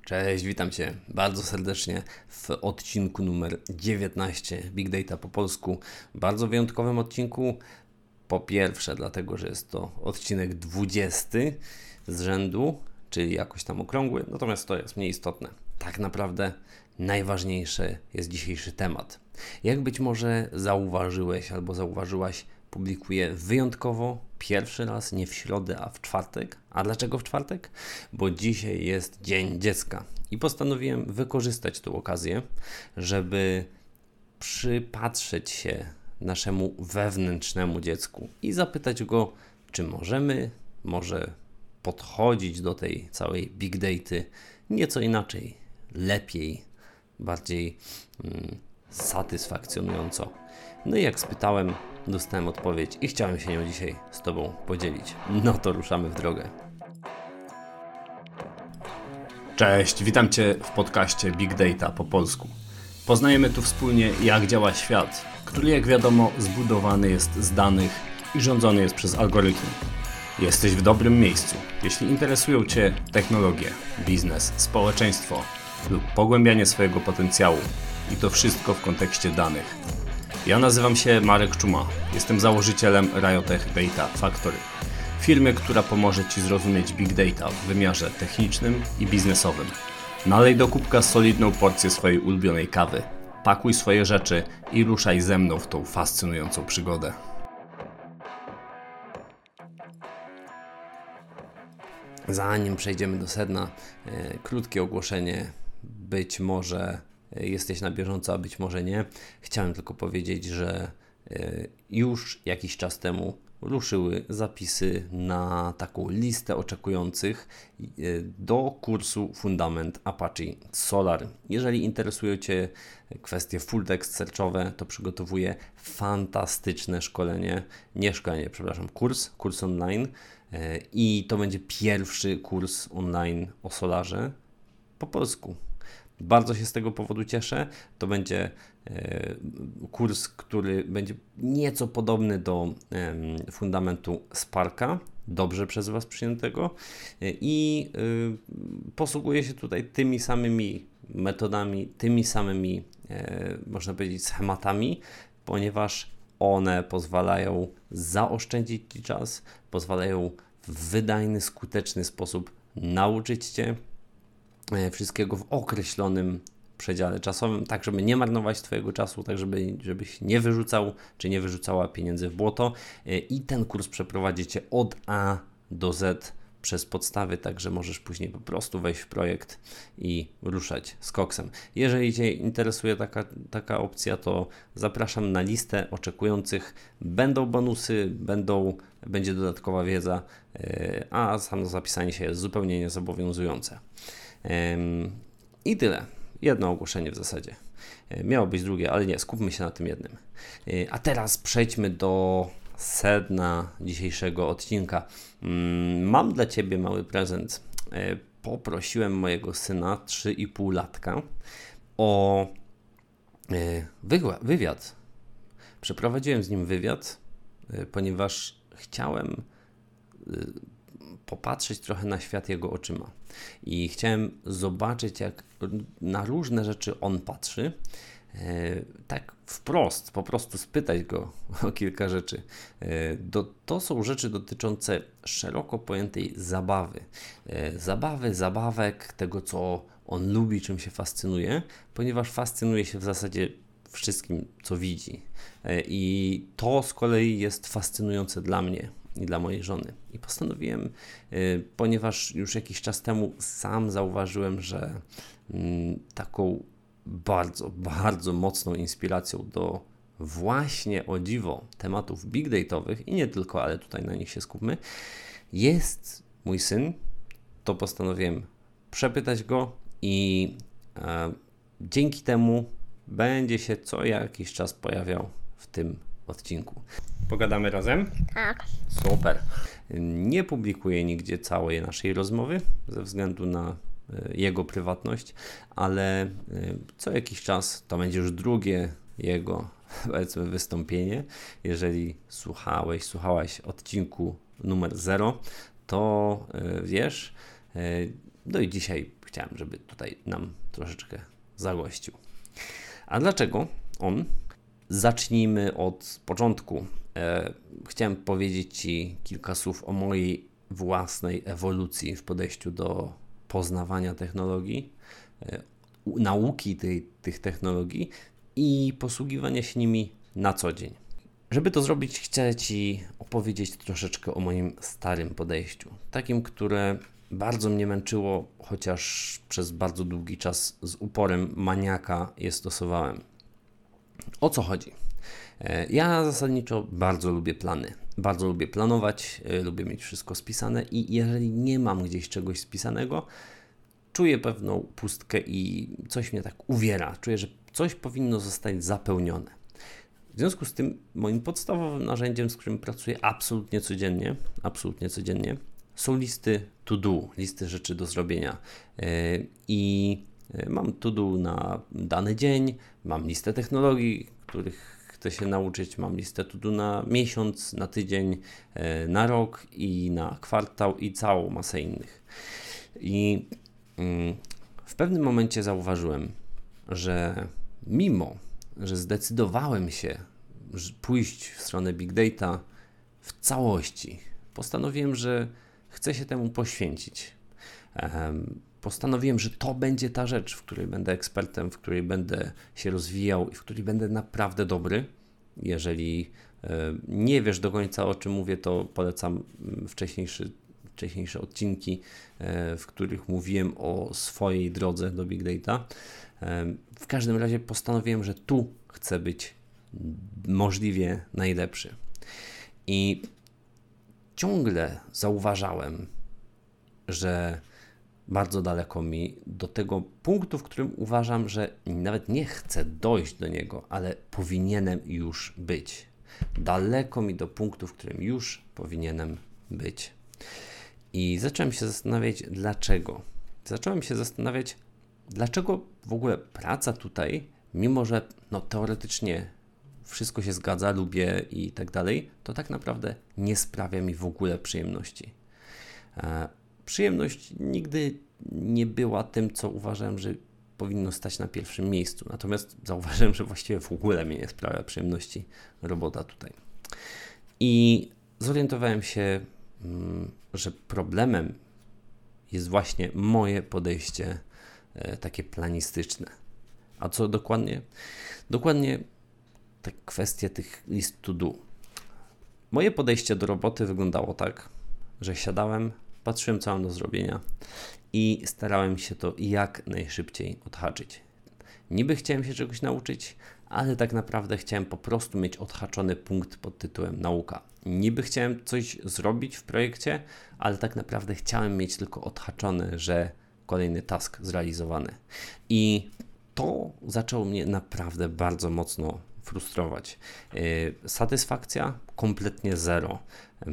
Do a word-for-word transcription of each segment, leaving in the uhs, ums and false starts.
Cześć, witam Cię bardzo serdecznie w odcinku numer dziewiętnaście Big Data po polsku. Bardzo wyjątkowym odcinku. Po pierwsze dlatego, że jest to odcinek dwudziesty z rzędu, czyli jakoś tam okrągły, natomiast to jest mniej istotne. Tak naprawdę najważniejszy jest dzisiejszy temat. Jak być może zauważyłeś albo zauważyłaś, publikuję wyjątkowo pierwszy raz nie w środę, a w czwartek. A dlaczego w czwartek? Bo dzisiaj jest Dzień Dziecka i postanowiłem wykorzystać tę okazję, żeby przypatrzeć się naszemu wewnętrznemu dziecku i zapytać go, czy możemy może podchodzić do tej całej big daty nieco inaczej, lepiej, bardziej mm, satysfakcjonująco. No i jak spytałem, dostałem odpowiedź i chciałem się nią dzisiaj z Tobą podzielić. No to ruszamy w drogę. Cześć, witam Cię w podcaście Big Data po polsku. Poznajemy tu wspólnie, jak działa świat, który, jak wiadomo, zbudowany jest z danych i rządzony jest przez algorytmy. Jesteś w dobrym miejscu, jeśli interesują Cię technologie, biznes, społeczeństwo lub pogłębianie swojego potencjału i to wszystko w kontekście danych. Ja nazywam się Marek Czuma, jestem założycielem Riotech Data Factory, firmy, która pomoże Ci zrozumieć Big Data w wymiarze technicznym i biznesowym. Nalej do kubka solidną porcję swojej ulubionej kawy, pakuj swoje rzeczy i ruszaj ze mną w tą fascynującą przygodę. Zanim przejdziemy do sedna, e, krótkie ogłoszenie. Być może e, jesteś na bieżąco, a być może nie. Chciałem tylko powiedzieć, że e, już jakiś czas temu ruszyły zapisy na taką listę oczekujących e, do kursu Fundament Apache Solar. Jeżeli interesują Cię kwestie full text searchowe, to przygotowuję fantastyczne szkolenie, nie szkolenie, przepraszam, kurs, kurs online. I to będzie pierwszy kurs online o Solarze po polsku. Bardzo się z tego powodu cieszę. To będzie e, kurs, który będzie nieco podobny do e, fundamentu Sparka, dobrze przez Was przyjętego e, i e, posługuje się tutaj tymi samymi metodami, tymi samymi, e, można powiedzieć, schematami, ponieważ one pozwalają zaoszczędzić Ci czas, pozwalają w wydajny, skuteczny sposób nauczyć Cię wszystkiego w określonym przedziale czasowym, tak żeby nie marnować Twojego czasu, tak żeby, żebyś nie wyrzucał czy nie wyrzucała pieniędzy w błoto i ten kurs przeprowadzi Cię od A do Z przez podstawy, tak że możesz później po prostu wejść w projekt i ruszać z koksem. Jeżeli Cię interesuje taka, taka opcja, to zapraszam na listę oczekujących. Będą bonusy, będą, będzie dodatkowa wiedza, a samo zapisanie się jest zupełnie niezobowiązujące. I tyle. Jedno ogłoszenie w zasadzie. Miało być drugie, ale nie, skupmy się na tym jednym. A teraz przejdźmy do sedna dzisiejszego odcinka. Mam dla Ciebie mały prezent. Poprosiłem mojego syna, trzy i pół latka, o wywiad. Przeprowadziłem z nim wywiad, ponieważ chciałem popatrzeć trochę na świat jego oczyma i chciałem zobaczyć, jak na różne rzeczy on patrzy. Tak wprost, po prostu spytać go o kilka rzeczy. Do, to są rzeczy dotyczące szeroko pojętej zabawy. Zabawy, zabawek, tego co on lubi, czym się fascynuje, ponieważ fascynuje się w zasadzie wszystkim, co widzi. I to z kolei jest fascynujące dla mnie i dla mojej żony. I postanowiłem, ponieważ już jakiś czas temu sam zauważyłem, że taką bardzo, bardzo mocną inspiracją do właśnie, o dziwo, tematów big dataowych i nie tylko, ale tutaj na nich się skupmy, jest mój syn. To postanowiłem przepytać go i e, dzięki temu będzie się co jakiś czas pojawiał w tym odcinku. Pogadamy razem? Tak. Super. Nie publikuję nigdzie całej naszej rozmowy ze względu na jego prywatność, ale co jakiś czas to będzie już drugie jego, powiedzmy, wystąpienie. Jeżeli słuchałeś, słuchałaś odcinku numer zero, to wiesz. No i dzisiaj chciałem, żeby tutaj nam troszeczkę zagościł. A dlaczego on? Zacznijmy od początku. E, chciałem powiedzieć Ci kilka słów o mojej własnej ewolucji w podejściu do poznawania technologii, e, nauki tej, tych technologii i posługiwania się nimi na co dzień. Żeby to zrobić, chcę Ci opowiedzieć troszeczkę o moim starym podejściu, takim, które bardzo mnie męczyło, chociaż przez bardzo długi czas z uporem maniaka je stosowałem. O co chodzi? Ja zasadniczo bardzo lubię plany. Bardzo lubię planować, lubię mieć wszystko spisane i jeżeli nie mam gdzieś czegoś spisanego, czuję pewną pustkę i coś mnie tak uwiera. Czuję, że coś powinno zostać zapełnione. W związku z tym moim podstawowym narzędziem, z którym pracuję absolutnie codziennie, absolutnie codziennie, są listy to do, listy rzeczy do zrobienia. I mam to do na dany dzień, mam listę technologii, których chcę się nauczyć, mam listę to do na miesiąc, na tydzień, na rok i na kwartał i całą masę innych. I w pewnym momencie zauważyłem, że mimo, że zdecydowałem się pójść w stronę Big Data w całości, postanowiłem, że chcę się temu poświęcić. Postanowiłem, że to będzie ta rzecz, w której będę ekspertem, w której będę się rozwijał i w której będę naprawdę dobry. Jeżeli nie wiesz do końca, o czym mówię, to polecam wcześniejszy, wcześniejsze odcinki, w których mówiłem o swojej drodze do Big Data. W każdym razie postanowiłem, że tu chcę być możliwie najlepszy. I ciągle zauważałem, że bardzo daleko mi do tego punktu, w którym uważam, że nawet nie chcę dojść do niego, ale powinienem już być. Daleko mi do punktu, w którym już powinienem być. I zacząłem się zastanawiać, dlaczego. Zacząłem się zastanawiać, dlaczego w ogóle praca tutaj, mimo że no, teoretycznie wszystko się zgadza, lubię i tak dalej, to tak naprawdę nie sprawia mi w ogóle przyjemności. E, przyjemność nigdy nie była tym, co uważałem, że powinno stać na pierwszym miejscu. Natomiast zauważyłem, że właściwie w ogóle mnie nie sprawia przyjemności robota tutaj. I zorientowałem się, że problemem jest właśnie moje podejście e, takie planistyczne. A co dokładnie? Dokładnie te kwestie tych list to do. Moje podejście do roboty wyglądało tak, że siadałem, patrzyłem, co mam do zrobienia i starałem się to jak najszybciej odhaczyć. Niby chciałem się czegoś nauczyć, ale tak naprawdę chciałem po prostu mieć odhaczony punkt pod tytułem nauka. Niby chciałem coś zrobić w projekcie, ale tak naprawdę chciałem mieć tylko odhaczone, że kolejny task zrealizowany. I to zaczęło mnie naprawdę bardzo mocno frustrować. Yy, satysfakcja kompletnie zero. Yy,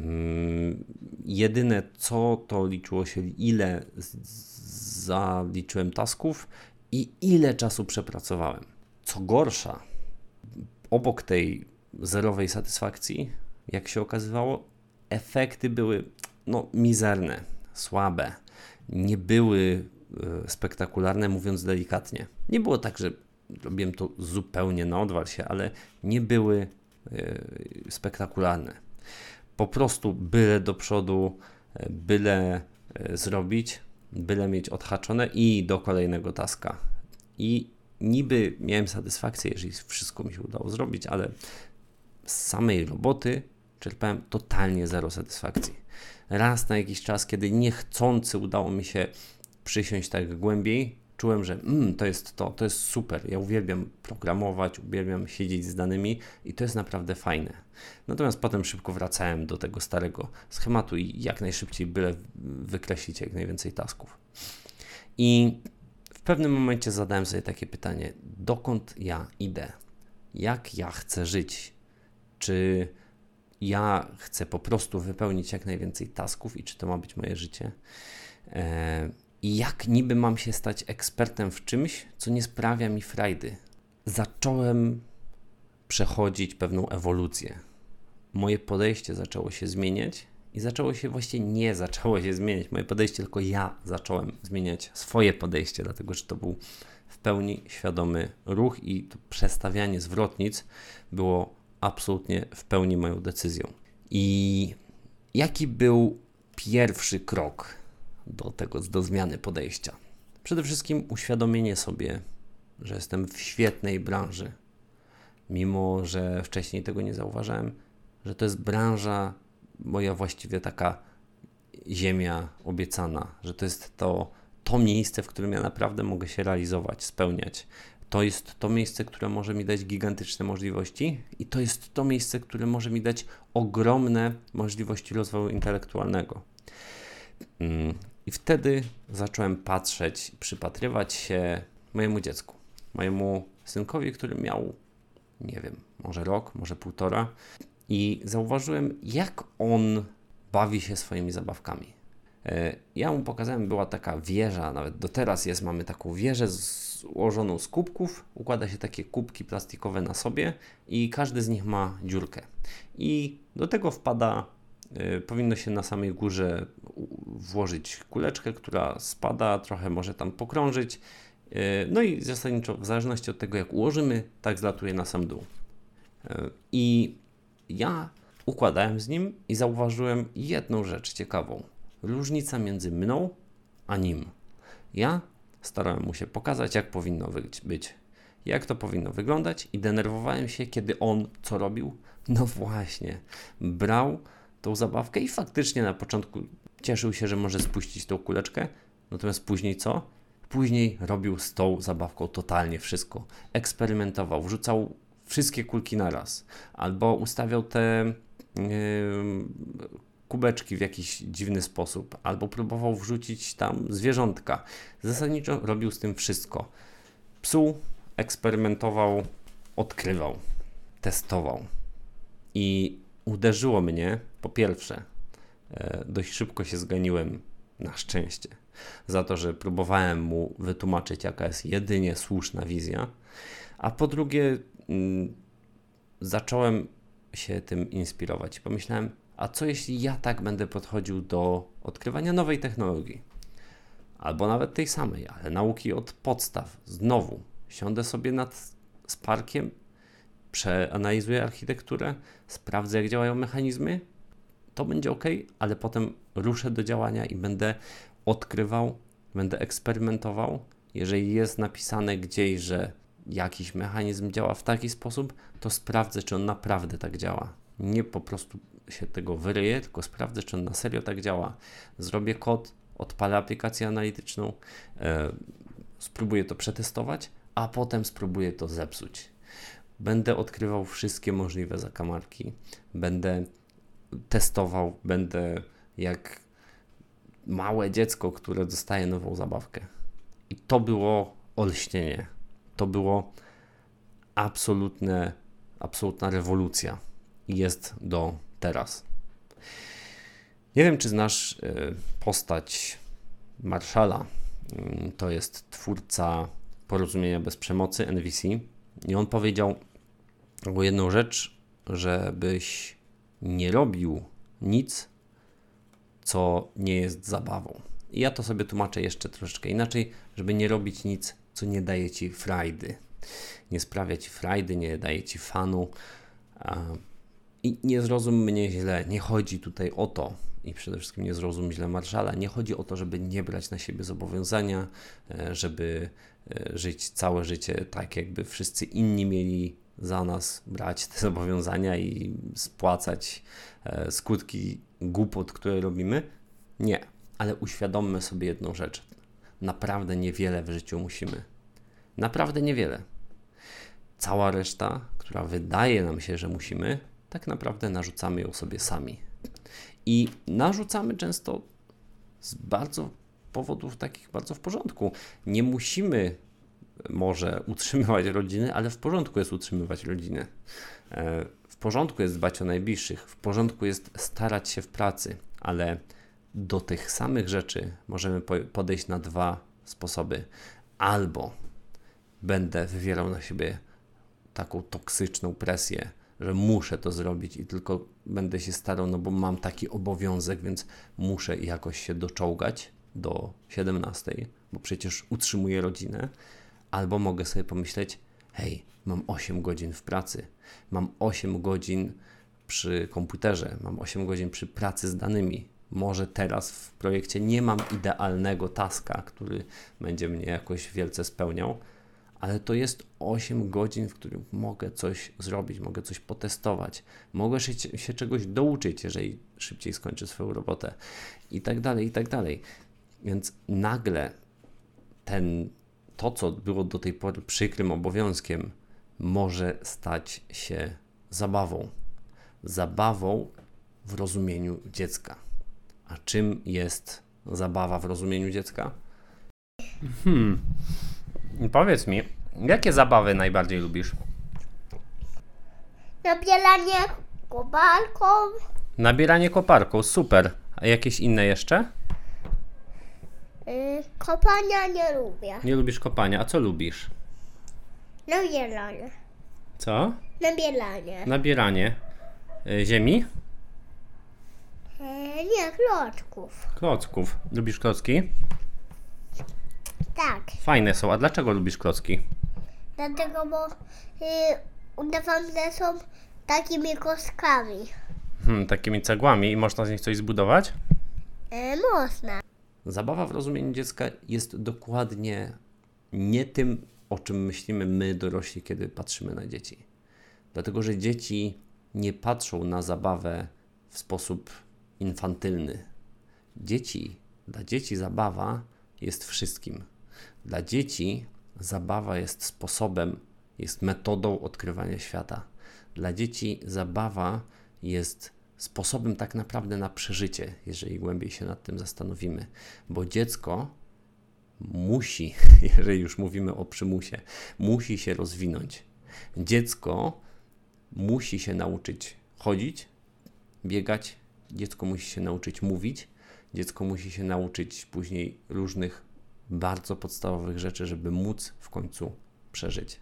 jedyne co to liczyło się, ile z- zaliczyłem tasków i ile czasu przepracowałem. Co gorsza, obok tej zerowej satysfakcji, jak się okazywało, efekty były no, mizerne, słabe, nie były e, spektakularne, mówiąc delikatnie. Nie było tak, że robiłem to zupełnie na odwal się, ale nie były e, spektakularne. Po prostu byle do przodu, e, byle e, zrobić, byle mieć odhaczone i do kolejnego taska. I niby miałem satysfakcję, jeżeli wszystko mi się udało zrobić, ale z samej roboty czerpałem totalnie zero satysfakcji. Raz na jakiś czas, kiedy niechcący udało mi się przysiąść tak głębiej, czułem, że mm, to jest to, to jest super. Ja uwielbiam programować, uwielbiam siedzieć z danymi i to jest naprawdę fajne. Natomiast potem szybko wracałem do tego starego schematu i jak najszybciej byle wykreślić jak najwięcej tasków. I w pewnym momencie zadałem sobie takie pytanie, dokąd ja idę? Jak ja chcę żyć? Czy ja chcę po prostu wypełnić jak najwięcej tasków i czy to ma być moje życie? Eee, I jak niby mam się stać ekspertem w czymś, co nie sprawia mi frajdy? Zacząłem przechodzić pewną ewolucję. Moje podejście zaczęło się zmieniać i I zaczęło się właściwie nie zaczęło się zmieniać moje podejście, tylko ja zacząłem zmieniać swoje podejście, dlatego że to był w pełni świadomy ruch i to przestawianie zwrotnic było absolutnie w pełni moją decyzją. I jaki był pierwszy krok do tego, do zmiany podejścia? Przede wszystkim uświadomienie sobie, że jestem w świetnej branży, mimo że wcześniej tego nie zauważałem, że to jest branża moja właściwie taka ziemia obiecana, że to jest to, to miejsce, w którym ja naprawdę mogę się realizować, spełniać. To jest to miejsce, które może mi dać gigantyczne możliwości i to jest to miejsce, które może mi dać ogromne możliwości rozwoju intelektualnego. I wtedy zacząłem patrzeć, przypatrywać się mojemu dziecku, mojemu synkowi, który miał, nie wiem, może rok, może półtora i zauważyłem, jak on bawi się swoimi zabawkami. Ja mu pokazałem, była taka wieża, nawet do teraz jest, mamy taką wieżę złożoną z kubków, układa się takie kubki plastikowe na sobie i każdy z nich ma dziurkę. I do tego wpada, y, powinno się na samej górze włożyć kuleczkę, która spada, trochę może tam pokrążyć, y, no i zasadniczo w zależności od tego, jak ułożymy, tak zlatuje na sam dół. Y, I ja układałem z nim i zauważyłem jedną rzecz ciekawą. Różnica między mną a nim. Ja starałem mu się pokazać, jak powinno być, jak to powinno wyglądać i denerwowałem się, kiedy on co robił? No właśnie, brał tą zabawkę i faktycznie na początku cieszył się, że może spuścić tą kuleczkę, natomiast później co? Później robił z tą zabawką totalnie wszystko. Eksperymentował, wrzucał wszystkie kulki naraz, albo ustawiał te yy, kubeczki w jakiś dziwny sposób, albo próbował wrzucić tam zwierzątka. Zasadniczo robił z tym wszystko. Psuł, eksperymentował, odkrywał, testował. I uderzyło mnie, po pierwsze, e, dość szybko się zganiłem, na szczęście, za to, że próbowałem mu wytłumaczyć, jaka jest jedynie słuszna wizja, a po drugie m, zacząłem się tym inspirować i pomyślałem, a co jeśli ja tak będę podchodził do odkrywania nowej technologii? Albo nawet tej samej, ale nauki od podstaw. Znowu siądę sobie nad Sparkiem, przeanalizuję architekturę, sprawdzę, jak działają mechanizmy. To będzie ok, ale potem ruszę do działania i będę odkrywał, będę eksperymentował. Jeżeli jest napisane gdzieś, że jakiś mechanizm działa w taki sposób, to sprawdzę, czy on naprawdę tak działa. Nie po prostu się tego wyryję, tylko sprawdzę, czy on na serio tak działa. Zrobię kod, odpalę aplikację analityczną, e, spróbuję to przetestować, a potem spróbuję to zepsuć. Będę odkrywał wszystkie możliwe zakamarki, będę testował, będę jak małe dziecko, które dostaje nową zabawkę. I to było olśnienie. To było absolutne, absolutna rewolucja. I jest do teraz. Nie wiem, czy znasz y, postać Marshalla. Y, to jest twórca Porozumienia bez przemocy, N V C. I on powiedział o jedną rzecz, żebyś nie robił nic, co nie jest zabawą. I ja to sobie tłumaczę jeszcze troszeczkę inaczej, żeby nie robić nic, co nie daje ci frajdy. Nie sprawia ci frajdy, nie daje ci fanu. I nie zrozum mnie źle, nie chodzi tutaj o to, i przede wszystkim nie zrozum źle Marshalla, nie chodzi o to, żeby nie brać na siebie zobowiązania, żeby żyć całe życie tak, jakby wszyscy inni mieli za nas brać te zobowiązania i spłacać skutki głupot, które robimy. Nie, ale uświadommy sobie jedną rzecz. Naprawdę niewiele w życiu musimy. Naprawdę niewiele. Cała reszta, która wydaje nam się, że musimy, tak naprawdę narzucamy ją sobie sami. I narzucamy często z bardzo powodów takich bardzo w porządku. Nie musimy może utrzymywać rodziny, ale w porządku jest utrzymywać rodziny. W porządku jest dbać o najbliższych, w porządku jest starać się w pracy, ale do tych samych rzeczy możemy podejść na dwa sposoby. Albo będę wywierał na siebie taką toksyczną presję, że muszę to zrobić i tylko będę się starał, no bo mam taki obowiązek, więc muszę jakoś się doczołgać do siedemnastej, bo przecież utrzymuję rodzinę. Albo mogę sobie pomyśleć, hej, mam osiem godzin w pracy, mam osiem godzin przy komputerze, mam osiem godzin przy pracy z danymi. Może teraz w projekcie nie mam idealnego taska, który będzie mnie jakoś wielce spełniał, ale to jest osiem godzin, w których mogę coś zrobić, mogę coś potestować, mogę się, się czegoś douczyć, jeżeli szybciej skończę swoją robotę i tak dalej, i tak dalej. Więc nagle ten, to, co było do tej pory przykrym obowiązkiem, może stać się zabawą. Zabawą w rozumieniu dziecka. A czym jest zabawa w rozumieniu dziecka? Hmm. Powiedz mi, jakie zabawy najbardziej lubisz? Nabieranie koparką. Nabieranie koparką, super. A jakieś inne jeszcze? Yy, kopania nie lubię. Nie lubisz kopania, a co lubisz? Nabieranie. Co? Nabieranie. Nabieranie y, ziemi? Yy, nie, klocków. Klocków. Lubisz klocki? Tak. Fajne są, a dlaczego lubisz klocki? Dlatego, bo yy, udawane są takimi kostkami. Hmm, takimi cegłami i można z nich coś zbudować? Yy, można. Zabawa w rozumieniu dziecka jest dokładnie nie tym, o czym myślimy my, dorośli, kiedy patrzymy na dzieci. Dlatego, że dzieci nie patrzą na zabawę w sposób infantylny. Dzieci, dla dzieci zabawa jest wszystkim. Dla dzieci zabawa jest sposobem, jest metodą odkrywania świata. Dla dzieci zabawa jest sposobem tak naprawdę na przeżycie, jeżeli głębiej się nad tym zastanowimy. Bo dziecko musi, jeżeli już mówimy o przymusie, musi się rozwinąć. Dziecko musi się nauczyć chodzić, biegać, dziecko musi się nauczyć mówić, dziecko musi się nauczyć później różnych bardzo podstawowych rzeczy, żeby móc w końcu przeżyć.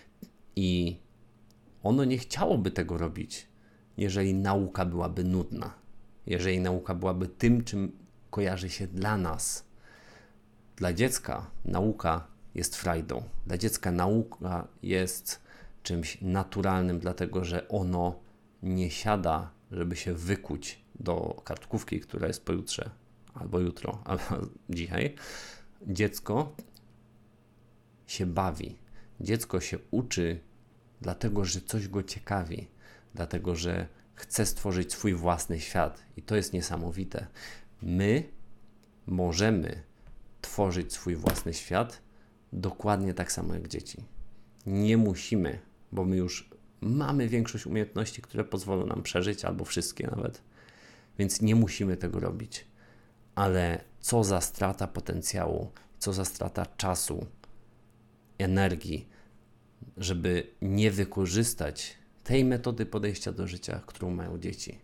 I ono nie chciałoby tego robić, jeżeli nauka byłaby nudna, jeżeli nauka byłaby tym, czym kojarzy się dla nas. Dla dziecka nauka jest frajdą. Dla dziecka nauka jest czymś naturalnym, dlatego że ono nie siada, żeby się wykuć do kartkówki, która jest pojutrze, albo jutro, albo dzisiaj. Dziecko się bawi. Dziecko się uczy, dlatego że coś go ciekawi, dlatego że chce stworzyć swój własny świat. I to jest niesamowite. My możemy tworzyć swój własny świat dokładnie tak samo jak dzieci. Nie musimy, bo my już mamy większość umiejętności, które pozwolą nam przeżyć, albo wszystkie nawet. Więc nie musimy tego robić. Ale co za strata potencjału, co za strata czasu, energii, żeby nie wykorzystać tej metody podejścia do życia, którą mają dzieci.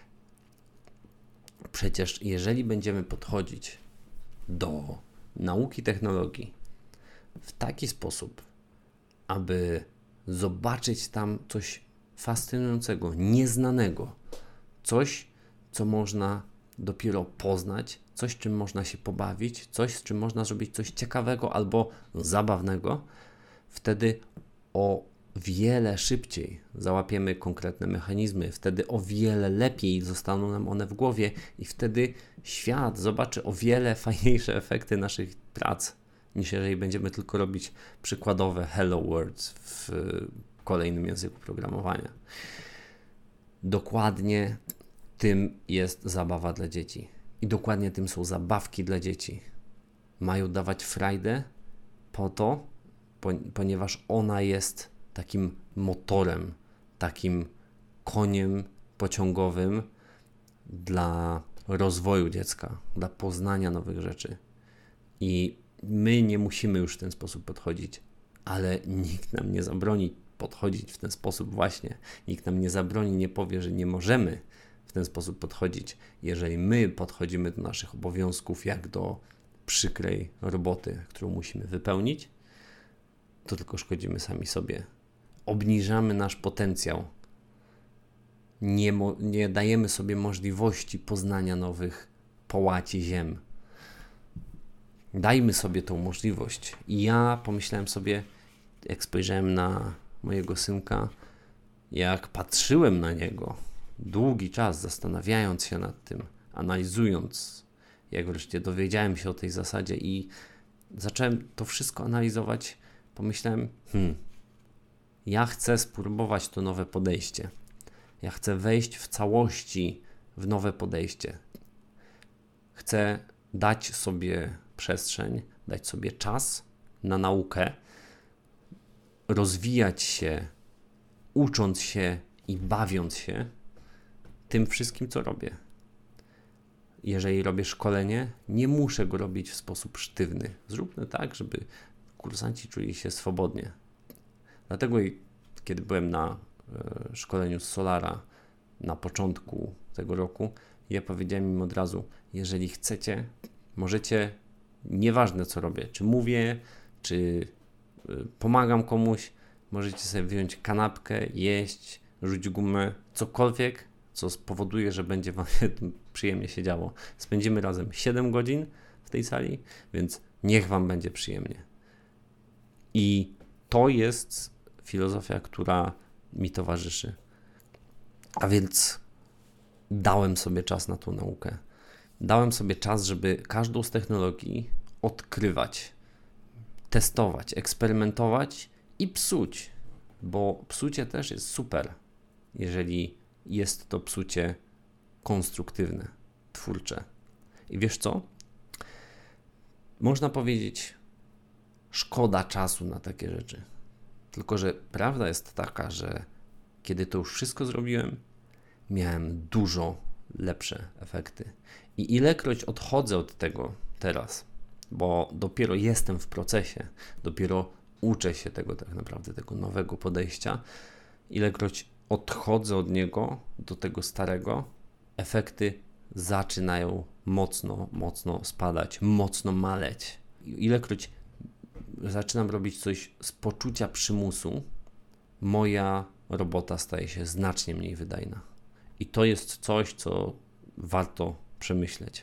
Przecież jeżeli będziemy podchodzić do nauki technologii w taki sposób, aby zobaczyć tam coś fascynującego, nieznanego, coś, co można dopiero poznać, coś, czym można się pobawić, coś, z czym można zrobić coś ciekawego albo zabawnego, wtedy o wiele szybciej załapiemy konkretne mechanizmy, wtedy o wiele lepiej zostaną nam one w głowie i wtedy świat zobaczy o wiele fajniejsze efekty naszych prac, niż jeżeli będziemy tylko robić przykładowe hello words w kolejnym języku programowania. Dokładnie tym jest zabawa dla dzieci. I dokładnie tym są zabawki dla dzieci. Mają dawać frajdę po to, po, ponieważ ona jest takim motorem, takim koniem pociągowym dla rozwoju dziecka, dla poznania nowych rzeczy. I my nie musimy już w ten sposób podchodzić, ale nikt nam nie zabroni podchodzić w ten sposób właśnie. Nikt nam nie zabroni, nie powie, że nie możemy w ten sposób podchodzić. Jeżeli my podchodzimy do naszych obowiązków jak do przykrej roboty, którą musimy wypełnić, to tylko szkodzimy sami sobie. Obniżamy nasz potencjał, nie, mo- nie dajemy sobie możliwości poznania nowych połaci ziem. Dajmy sobie tą możliwość. I ja pomyślałem sobie, jak spojrzałem na mojego synka, jak patrzyłem na niego długi czas, zastanawiając się nad tym, analizując, jak wreszcie dowiedziałem się o tej zasadzie i zacząłem to wszystko analizować, pomyślałem, hmm, ja chcę spróbować to nowe podejście. Ja chcę wejść w całości w nowe podejście. Chcę dać sobie przestrzeń, dać sobie czas na naukę, rozwijać się, ucząc się i bawiąc się tym wszystkim, co robię. Jeżeli robię szkolenie, nie muszę go robić w sposób sztywny. Zróbmy tak, żeby kursanci czuli się swobodnie. Dlatego, kiedy byłem na e, szkoleniu z Solara na początku tego roku, ja powiedziałem im od razu, jeżeli chcecie, możecie, nieważne co robię, czy mówię, czy y, pomagam komuś, możecie sobie wyjąć kanapkę, jeść, rzucić gumę, cokolwiek, co spowoduje, że będzie wam się przyjemnie się działo. Spędzimy razem siedem godzin w tej sali, więc niech wam będzie przyjemnie. I to jest filozofia, która mi towarzyszy. A więc dałem sobie czas na tą naukę. Dałem sobie czas, żeby każdą z technologii odkrywać, testować, eksperymentować i psuć, bo psucie też jest super, jeżeli jest to psucie konstruktywne, twórcze. I wiesz co? Można powiedzieć, szkoda czasu na takie rzeczy. Tylko że prawda jest taka, że kiedy to już wszystko zrobiłem, miałem dużo lepsze efekty. I ilekroć odchodzę od tego teraz, bo dopiero jestem w procesie, dopiero uczę się tego tak naprawdę, tego nowego podejścia, ilekroć odchodzę od niego do tego starego, efekty zaczynają mocno, mocno spadać, mocno maleć. Ilekroć zaczynam robić coś z poczucia przymusu, moja robota staje się znacznie mniej wydajna. I to jest coś, co warto przemyśleć.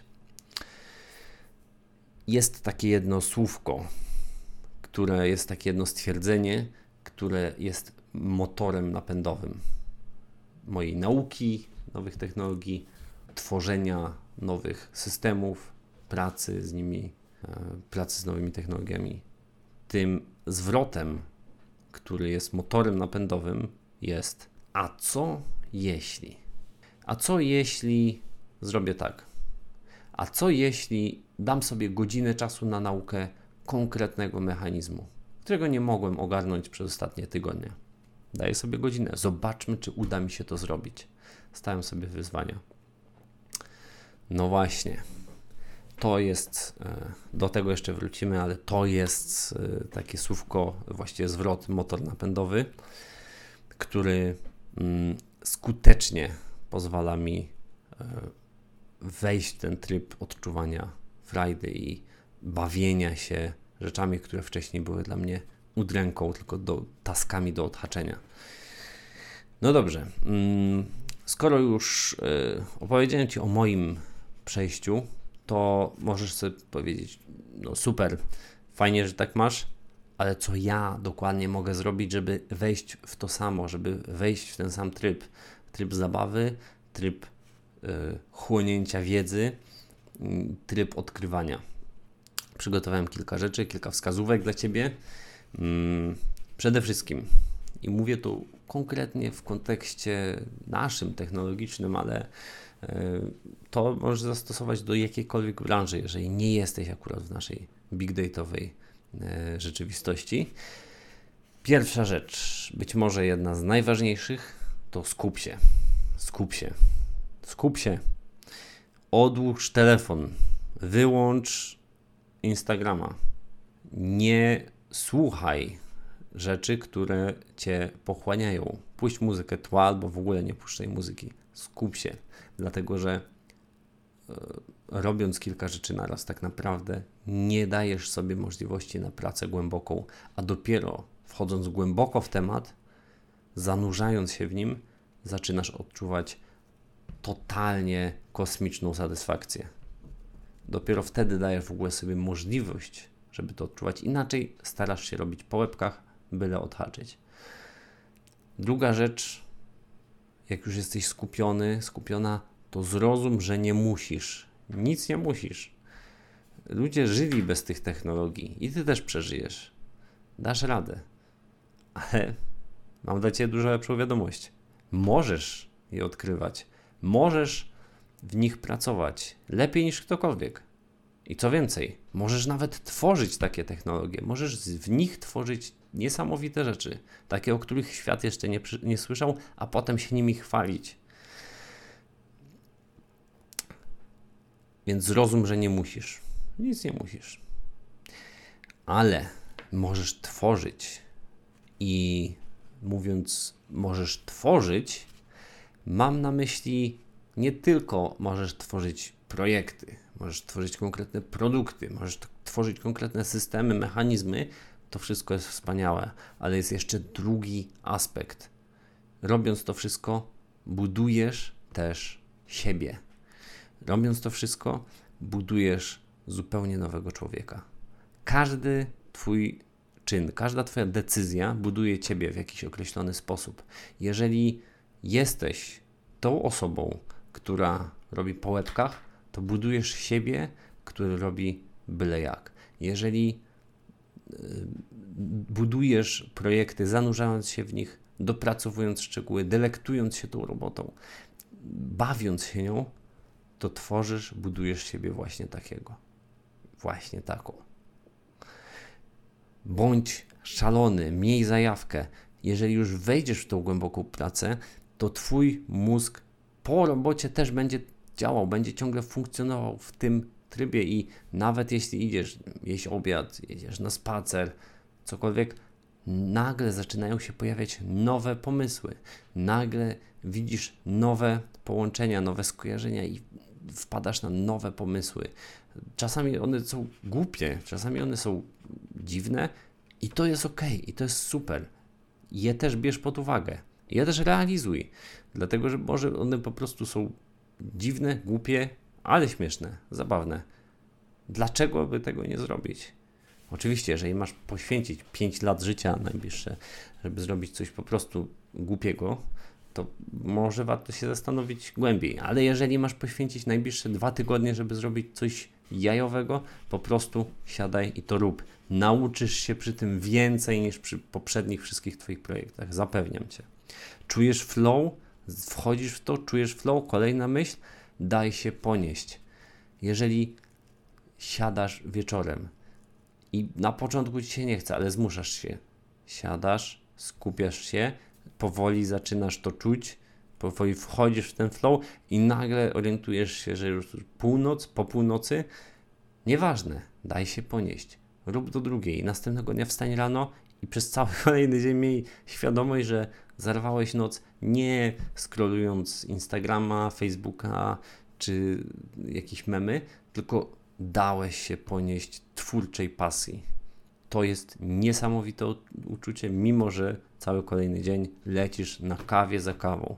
Jest takie jedno słówko, które jest takie jedno stwierdzenie, które jest motorem napędowym mojej nauki, nowych technologii, tworzenia nowych systemów, pracy z nimi, pracy z nowymi technologiami. Tym zwrotem, który jest motorem napędowym, jest: a co jeśli? A co jeśli zrobię tak? A co jeśli dam sobie godzinę czasu na naukę konkretnego mechanizmu, którego nie mogłem ogarnąć przez ostatnie tygodnie? Daję sobie godzinę. Zobaczmy, czy uda mi się to zrobić. Stawiam sobie wyzwania. No właśnie. To jest, do tego jeszcze wrócimy, ale to jest takie słówko, właściwie zwrot, motor napędowy, który skutecznie pozwala mi wejść w ten tryb odczuwania frajdy i bawienia się rzeczami, które wcześniej były dla mnie udręką, tylko do, taskami do odhaczenia. No dobrze, skoro już opowiedziałem Ci o moim przejściu, to możesz sobie powiedzieć, no super, fajnie, że tak masz, ale co ja dokładnie mogę zrobić, żeby wejść w to samo, żeby wejść w ten sam tryb, tryb zabawy, tryb y, chłonięcia wiedzy, y, tryb odkrywania. Przygotowałem kilka rzeczy, kilka wskazówek dla Ciebie. Y, przede wszystkim, i mówię tu konkretnie w kontekście naszym, technologicznym, ale y, to możesz zastosować do jakiejkolwiek branży, jeżeli nie jesteś akurat w naszej big dataowej y, rzeczywistości. Pierwsza rzecz, być może jedna z najważniejszych, to skup się. Skup się. Skup się. Odłóż telefon. Wyłącz Instagrama. Nie słuchaj rzeczy, które Cię pochłaniają. Puść muzykę tła albo w ogóle nie puszczaj muzyki. Skup się. Dlatego, że e, robiąc kilka rzeczy naraz, tak naprawdę nie dajesz sobie możliwości na pracę głęboką, a dopiero wchodząc głęboko w temat, zanurzając się w nim, zaczynasz odczuwać totalnie kosmiczną satysfakcję. Dopiero wtedy dajesz w ogóle sobie możliwość, żeby to odczuwać. Inaczej starasz się robić po łebkach, byle odhaczyć. Druga rzecz, jak już jesteś skupiony, skupiona, to zrozum, że nie musisz. Nic nie musisz. Ludzie żyli bez tych technologii i ty też przeżyjesz. Dasz radę. Ale mam dla ciebie dużo lepszą wiadomość. Możesz je odkrywać. Możesz w nich pracować lepiej niż ktokolwiek. I co więcej, możesz nawet tworzyć takie technologie. Możesz w nich tworzyć niesamowite rzeczy. Takie, o których świat jeszcze nie, nie słyszał, a potem się nimi chwalić. Więc zrozum, że nie musisz. Nic nie musisz. Ale możesz tworzyć. I mówiąc możesz tworzyć, mam na myśli nie tylko możesz tworzyć projekty, możesz tworzyć konkretne produkty, możesz t- tworzyć konkretne systemy, mechanizmy. To wszystko jest wspaniałe, ale jest jeszcze drugi aspekt. Robiąc to wszystko, budujesz też siebie. Robiąc to wszystko, budujesz zupełnie nowego człowieka. Każdy twój czyn, każda twoja decyzja buduje ciebie w jakiś określony sposób. Jeżeli jesteś tą osobą, która robi po łebkach, to budujesz siebie, który robi byle jak. Jeżeli budujesz projekty, zanurzając się w nich, dopracowując szczegóły, delektując się tą robotą, bawiąc się nią, to tworzysz, budujesz siebie właśnie takiego. Właśnie taką. Bądź szalony, miej zajawkę. Jeżeli już wejdziesz w tą głęboką pracę, to twój mózg po robocie też będzie działał, będzie ciągle funkcjonował w tym trybie i nawet jeśli idziesz jeść obiad, jedziesz na spacer, cokolwiek, nagle zaczynają się pojawiać nowe pomysły. Nagle widzisz nowe połączenia, nowe skojarzenia i wpadasz na nowe pomysły. Czasami one są głupie, czasami one są dziwne i to jest okej, i to jest super. Je też bierz pod uwagę. Je też realizuj, dlatego że może one po prostu są dziwne, głupie, ale śmieszne, zabawne. Dlaczego by tego nie zrobić? Oczywiście, jeżeli masz poświęcić pięć lat życia najbliższe, żeby zrobić coś po prostu głupiego, to może warto się zastanowić głębiej. Ale jeżeli masz poświęcić najbliższe dwa tygodnie, żeby zrobić coś jajowego, po prostu siadaj i to rób. Nauczysz się przy tym więcej niż przy poprzednich wszystkich twoich projektach. Zapewniam cię. Czujesz flow? Wchodzisz w to, czujesz flow? Kolejna myśl? Daj się ponieść. Jeżeli siadasz wieczorem i na początku ci się nie chce, ale zmuszasz się. Siadasz, skupiasz się, powoli zaczynasz to czuć, powoli wchodzisz w ten flow i nagle orientujesz się, że już północ, po północy, nieważne, daj się ponieść. Rób do drugiej. Następnego dnia wstań rano i przez cały kolejny dzień miej świadomość, że zarwałeś noc nie scrollując Instagrama, Facebooka czy jakieś memy, tylko dałeś się ponieść twórczej pasji. To jest niesamowite uczucie, mimo że cały kolejny dzień lecisz na kawie za kawą.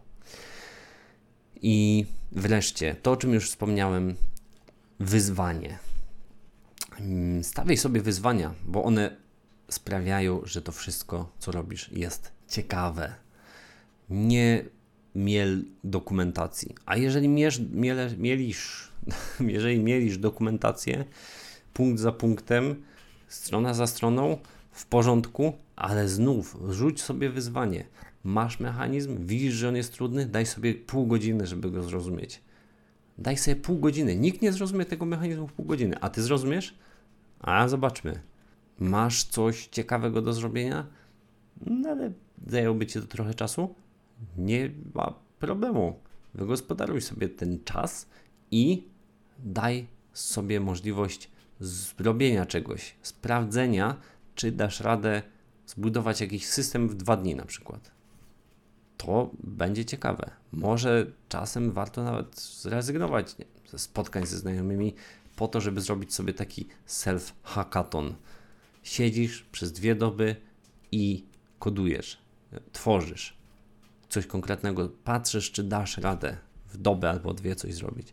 I wreszcie, to o czym już wspomniałem, wyzwanie. Stawiaj sobie wyzwania, bo one sprawiają, że to wszystko, co robisz, jest ciekawe. Nie miel dokumentacji. A jeżeli miesz, miele, mielisz, jeżeli mielisz dokumentację punkt za punktem, strona za stroną, w porządku, ale znów rzuć sobie wyzwanie. Masz mechanizm, widzisz, że on jest trudny, daj sobie pół godziny, żeby go zrozumieć. Daj sobie pół godziny. Nikt nie zrozumie tego mechanizmu w pół godziny. A ty zrozumiesz? A zobaczmy. Masz coś ciekawego do zrobienia? No ale zajęłoby ci to trochę czasu? Nie ma problemu. Wygospodaruj sobie ten czas i daj sobie możliwość zrobienia czegoś, sprawdzenia, czy dasz radę zbudować jakiś system w dwa dni na przykład. To będzie ciekawe. Może czasem warto nawet zrezygnować nie, ze spotkań ze znajomymi po to, żeby zrobić sobie taki self-hackathon. Siedzisz przez dwie doby i kodujesz, tworzysz. coś konkretnego, patrzysz, czy dasz radę w dobę albo dwie coś zrobić.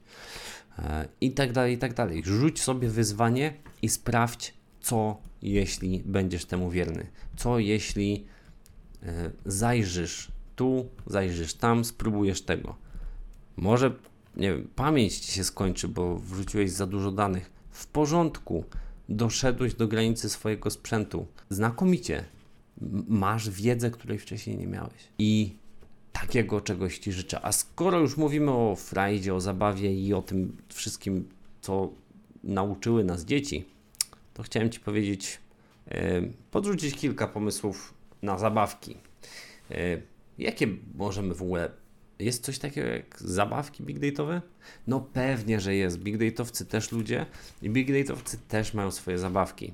I tak dalej, i tak dalej. Rzuć sobie wyzwanie i sprawdź, co jeśli będziesz temu wierny. Co jeśli e, zajrzysz tu, zajrzysz tam, spróbujesz tego. Może, nie wiem, pamięć ci się skończy, bo wrzuciłeś za dużo danych. W porządku. Doszedłeś do granicy swojego sprzętu. Znakomicie. M- masz wiedzę, której wcześniej nie miałeś. I takiego czegoś ci życzę. A skoro już mówimy o frajdzie, o zabawie i o tym wszystkim, co nauczyły nas dzieci, to chciałem ci powiedzieć, e, podrzucić kilka pomysłów na zabawki. E, jakie możemy w ogóle... Jest coś takiego jak zabawki big date'owe? No pewnie, że jest. Big date'owcy też ludzie i big date'owcy też mają swoje zabawki.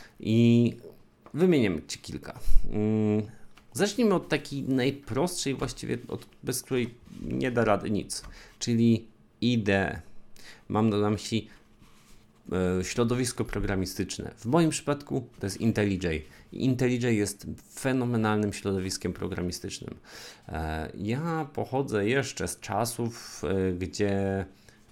I wymienię ci kilka. Mm, zacznijmy od takiej najprostszej właściwie, od, bez której nie da rady nic, czyli I D E. Mam na myśli e, środowisko programistyczne. W moim przypadku to jest IntelliJ. IntelliJ jest fenomenalnym środowiskiem programistycznym. E, ja pochodzę jeszcze z czasów, e, gdzie e,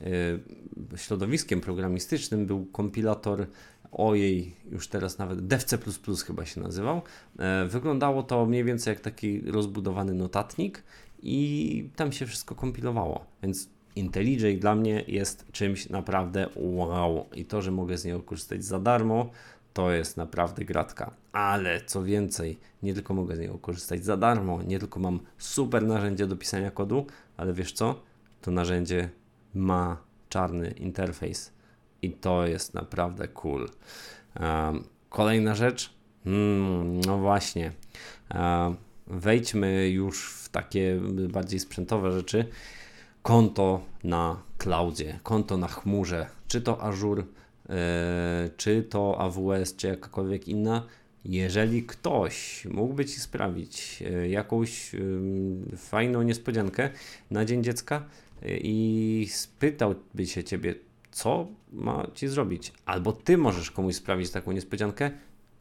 środowiskiem programistycznym był kompilator, ojej, już teraz nawet DevC plus plus chyba się nazywał. E, wyglądało to mniej więcej jak taki rozbudowany notatnik i tam się wszystko kompilowało, więc IntelliJ dla mnie jest czymś naprawdę wow i to, że mogę z niego korzystać za darmo, to jest naprawdę gratka. Ale co więcej, nie tylko mogę z niego korzystać za darmo, nie tylko mam super narzędzie do pisania kodu, ale wiesz co? To narzędzie ma czarny interfejs i to jest naprawdę cool. Um, kolejna rzecz, hmm, no właśnie, um, wejdźmy już w takie bardziej sprzętowe rzeczy. Konto na cloudzie, konto na chmurze, czy to Azure, yy, czy to A W S, czy jakakolwiek inna. Jeżeli ktoś mógłby Ci sprawić yy, jakąś yy, fajną niespodziankę na Dzień Dziecka yy, i spytałby się Ciebie, co ma Ci zrobić, albo Ty możesz komuś sprawić taką niespodziankę,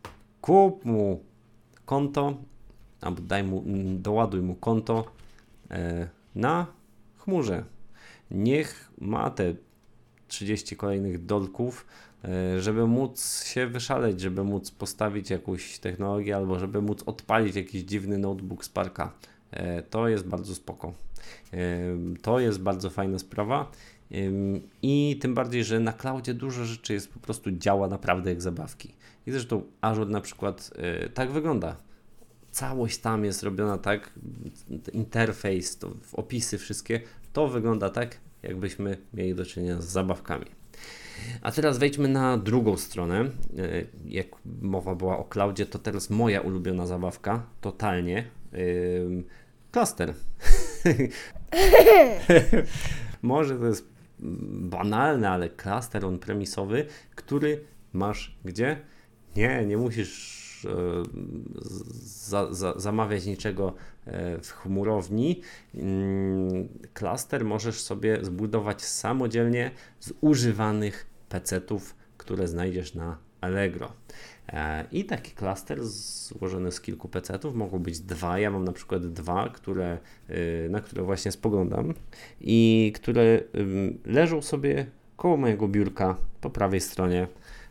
kup mu konto, albo daj mu, doładuj mu konto yy, na chmurze. Niech ma te trzydzieści kolejnych dolków, żeby móc się wyszaleć, żeby móc postawić jakąś technologię albo żeby móc odpalić jakiś dziwny notebook Sparka. To jest bardzo spoko. To jest bardzo fajna sprawa i tym bardziej, że na cloudzie dużo rzeczy jest po prostu działa naprawdę jak zabawki. I zresztą Azure na przykład tak wygląda. Całość tam jest robiona tak, interfejs, to opisy wszystkie, to wygląda tak, jakbyśmy mieli do czynienia z zabawkami. A teraz wejdźmy na drugą stronę. Jak mowa była o cloudzie, to teraz moja ulubiona zabawka, totalnie, yy, Cluster. Może to jest banalne, ale cluster on-premisowy, który masz gdzie? Nie, nie musisz Za, za, zamawiać niczego w chmurowni. Cluster możesz sobie zbudować samodzielnie z używanych pecetów, które znajdziesz na Allegro. I taki cluster złożony z kilku pecetów, mogą być dwa, ja mam na przykład dwa, które, na które właśnie spoglądam i które leżą sobie koło mojego biurka po prawej stronie,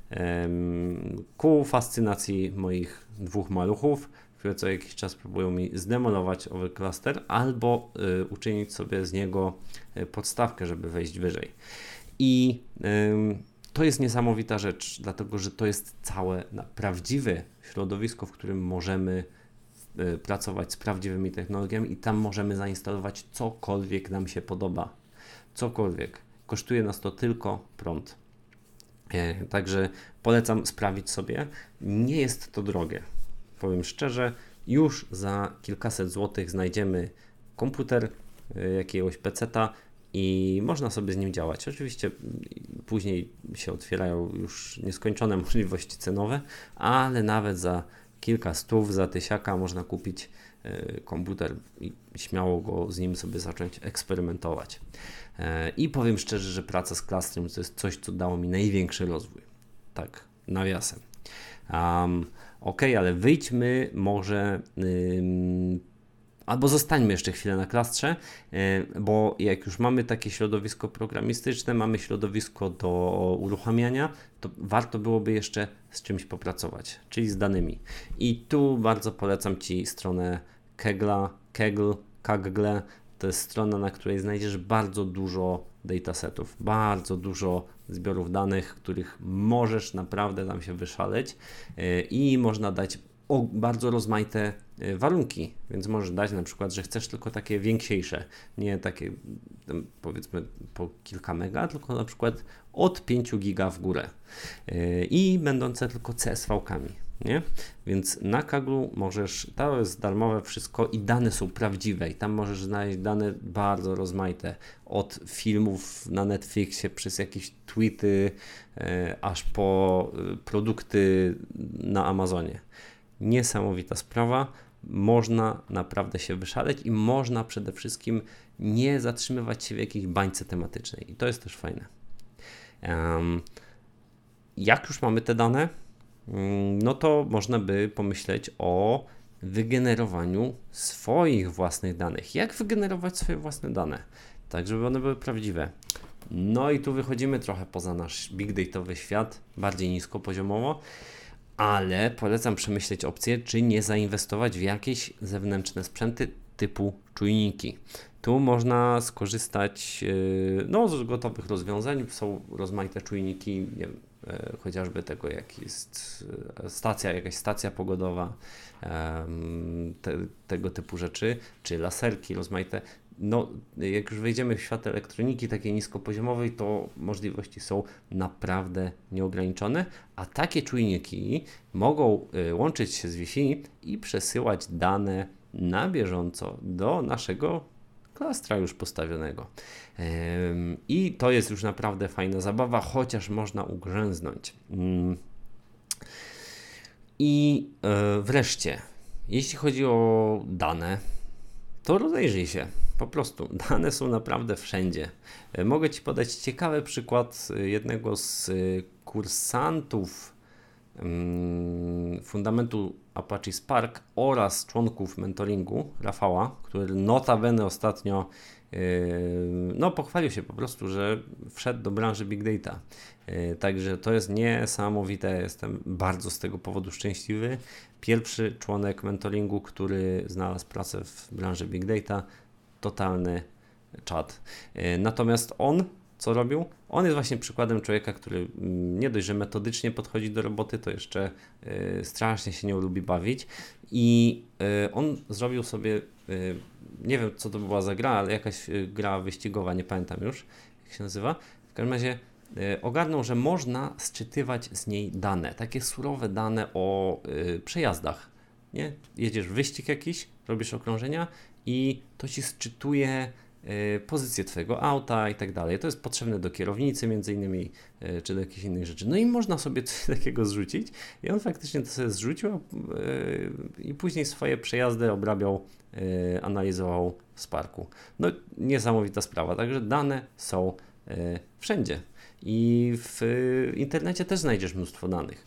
ku fascynacji moich dwóch maluchów, które co jakiś czas próbują mi zdemolować owy klaster albo y, uczynić sobie z niego podstawkę, żeby wejść wyżej. I y, to jest niesamowita rzecz, dlatego że to jest całe prawdziwe środowisko, w którym możemy y, pracować z prawdziwymi technologiami i tam możemy zainstalować cokolwiek nam się podoba. Cokolwiek. Kosztuje nas to tylko prąd. Także polecam sprawdzić sobie. Nie jest to drogie. Powiem szczerze, już za kilkaset złotych znajdziemy komputer, jakiegoś peceta i można sobie z nim działać. Oczywiście później się otwierają już nieskończone możliwości cenowe, ale nawet za kilka stów, za tysiaka można kupić komputer i śmiało go z nim sobie zacząć eksperymentować. I powiem szczerze, że praca z Clusterem to jest coś, co dało mi największy rozwój. Tak, nawiasem. Um, ok, ale wyjdźmy może um, Albo zostańmy jeszcze chwilę na klastrze, bo jak już mamy takie środowisko programistyczne, mamy środowisko do uruchamiania, to warto byłoby jeszcze z czymś popracować, czyli z danymi. I tu bardzo polecam Ci stronę Kaggle, Kaggle, Kaggle. To jest strona, na której znajdziesz bardzo dużo datasetów, bardzo dużo zbiorów danych, których możesz naprawdę tam się wyszaleć i można dać o bardzo rozmaite warunki, więc możesz dać na przykład, że chcesz tylko takie więksiejsze, nie takie powiedzmy po kilka mega, tylko na przykład od pięciu giga w górę i będące tylko C S V-kami. Nie? Więc na Kaggle możesz, to jest darmowe wszystko i dane są prawdziwe i tam możesz znaleźć dane bardzo rozmaite, od filmów na Netflixie przez jakieś tweety, e, aż po e, produkty na Amazonie. Niesamowita sprawa, można naprawdę się wyszaleć i można przede wszystkim nie zatrzymywać się w jakiejś bańce tematycznej i to jest też fajne. Um, jak już mamy te dane, no to można by pomyśleć o wygenerowaniu swoich własnych danych. Jak wygenerować swoje własne dane, tak żeby one były prawdziwe? No i tu wychodzimy trochę poza nasz big dataowy świat, bardziej niskopoziomowo, ale polecam przemyśleć opcję, czy nie zainwestować w jakieś zewnętrzne sprzęty typu czujniki. Tu można skorzystać no, z gotowych rozwiązań. Są rozmaite czujniki, nie wiem, chociażby tego, jak jest stacja, jakaś stacja pogodowa, te, tego typu rzeczy, czy laserki rozmaite. No, jak już wejdziemy w świat elektroniki takiej niskopoziomowej, to możliwości są naprawdę nieograniczone, a takie czujniki mogą łączyć się z Wi-Fi i przesyłać dane na bieżąco do naszego klastra już postawionego. I to jest już naprawdę fajna zabawa, chociaż można ugrzęznąć. I wreszcie, jeśli chodzi o dane, to rozejrzyj się. Po prostu, dane są naprawdę wszędzie. Mogę Ci podać ciekawy przykład jednego z kursantów fundamentu Apache Spark oraz członków mentoringu, Rafała, który notabene ostatnio yy, no, pochwalił się po prostu, że wszedł do branży Big Data. Yy, także to jest niesamowite, jestem bardzo z tego powodu szczęśliwy. Pierwszy członek mentoringu, który znalazł pracę w branży Big Data, totalny czad. Yy, natomiast on co robił? On jest właśnie przykładem człowieka, który nie dość, że metodycznie podchodzi do roboty, to jeszcze y, strasznie się nią lubi bawić i y, on zrobił sobie, y, nie wiem co to była za gra, ale jakaś y, gra wyścigowa, nie pamiętam już jak się nazywa, w każdym razie y, ogarnął, że można sczytywać z niej dane, takie surowe dane o y, przejazdach, nie? Jedziesz w wyścig jakiś, robisz okrążenia i to Ci sczytuje pozycję Twojego auta i tak dalej. To jest potrzebne do kierownicy między innymi, czy do jakichś innych rzeczy. No i można sobie coś takiego zrzucić i on faktycznie to sobie zrzucił i później swoje przejazdy obrabiał, analizował w Sparku. No niesamowita sprawa, także dane są wszędzie i w internecie też znajdziesz mnóstwo danych.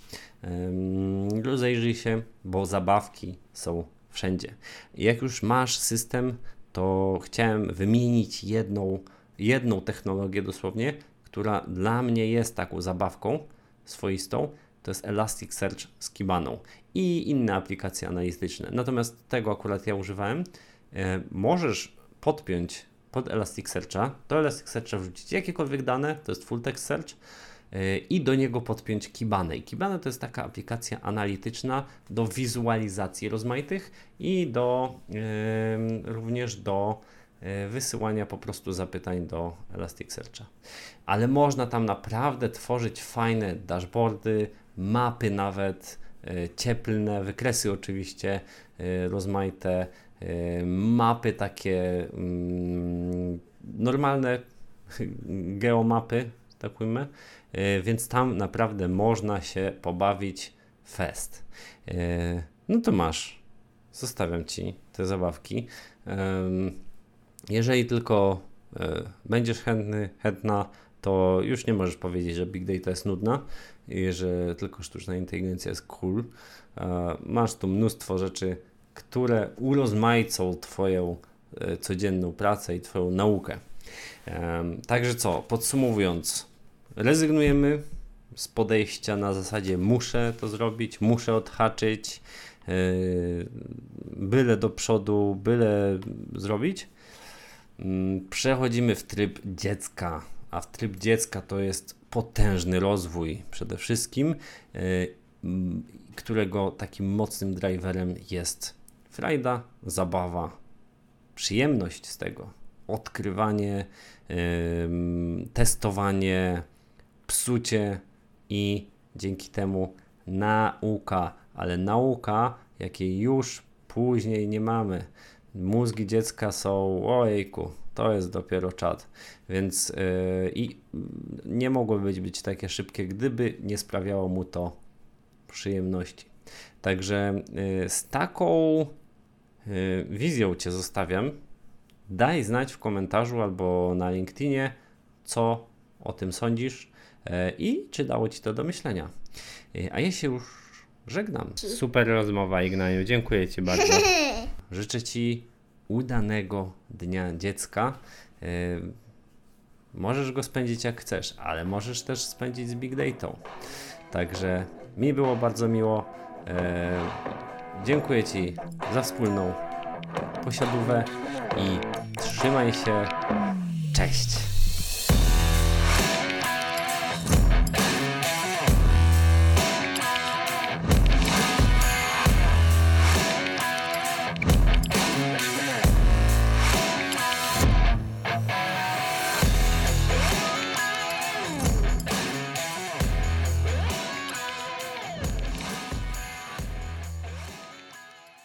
Rozejrzyj się, bo zabawki są wszędzie. Jak już masz system, to chciałem wymienić jedną, jedną technologię dosłownie, która dla mnie jest taką zabawką swoistą, to jest Elasticsearch z Kibaną i inne aplikacje analityczne. Natomiast tego akurat ja używałem. E, możesz podpiąć pod Elasticsearcha, do Elasticsearcha wrzucić jakiekolwiek dane, to jest full text search, e, i do niego podpiąć Kibanę. I Kibana to jest taka aplikacja analityczna do wizualizacji rozmaitych i do e, również do e, wysyłania po prostu zapytań do Elasticsearcha. Ale można tam naprawdę tworzyć fajne dashboardy, mapy nawet, e, cieplne, wykresy oczywiście, e, rozmaite, e, mapy takie mm, normalne, geomapy, tak ujmę, e, więc tam naprawdę można się pobawić fest. E, no to masz, zostawiam Ci te zabawki. E, jeżeli tylko e, będziesz chętny, chętna, to już nie możesz powiedzieć, że Big Data jest nudna i że tylko sztuczna inteligencja jest cool. E, masz tu mnóstwo rzeczy, które urozmaicą Twoją e, codzienną pracę i Twoją naukę. E, także co, podsumowując, rezygnujemy z podejścia na zasadzie muszę to zrobić, muszę odhaczyć, yy, byle do przodu, byle zrobić. Yy, przechodzimy w tryb dziecka, a w tryb dziecka to jest potężny rozwój przede wszystkim, yy, yy, którego takim mocnym driverem jest frajda, zabawa, przyjemność z tego, odkrywanie, yy, testowanie, psucie i dzięki temu nauka, ale nauka, jakiej już później nie mamy. Mózgi dziecka są, ojejku, to jest dopiero czad, więc yy, i nie mogłoby być, być takie szybkie, gdyby nie sprawiało mu to przyjemności. Także yy, z taką yy, wizją Cię zostawiam. Daj znać w komentarzu albo na LinkedInie, co o tym sądzisz i czy dało Ci to do myślenia. A ja się już żegnam. Super rozmowa, Ignaju. Dziękuję Ci bardzo. Życzę Ci udanego Dnia Dziecka. Możesz go spędzić jak chcesz, ale możesz też spędzić z Big Datą. Także mi było bardzo miło. Dziękuję Ci za wspólną posiadówę i trzymaj się. Cześć.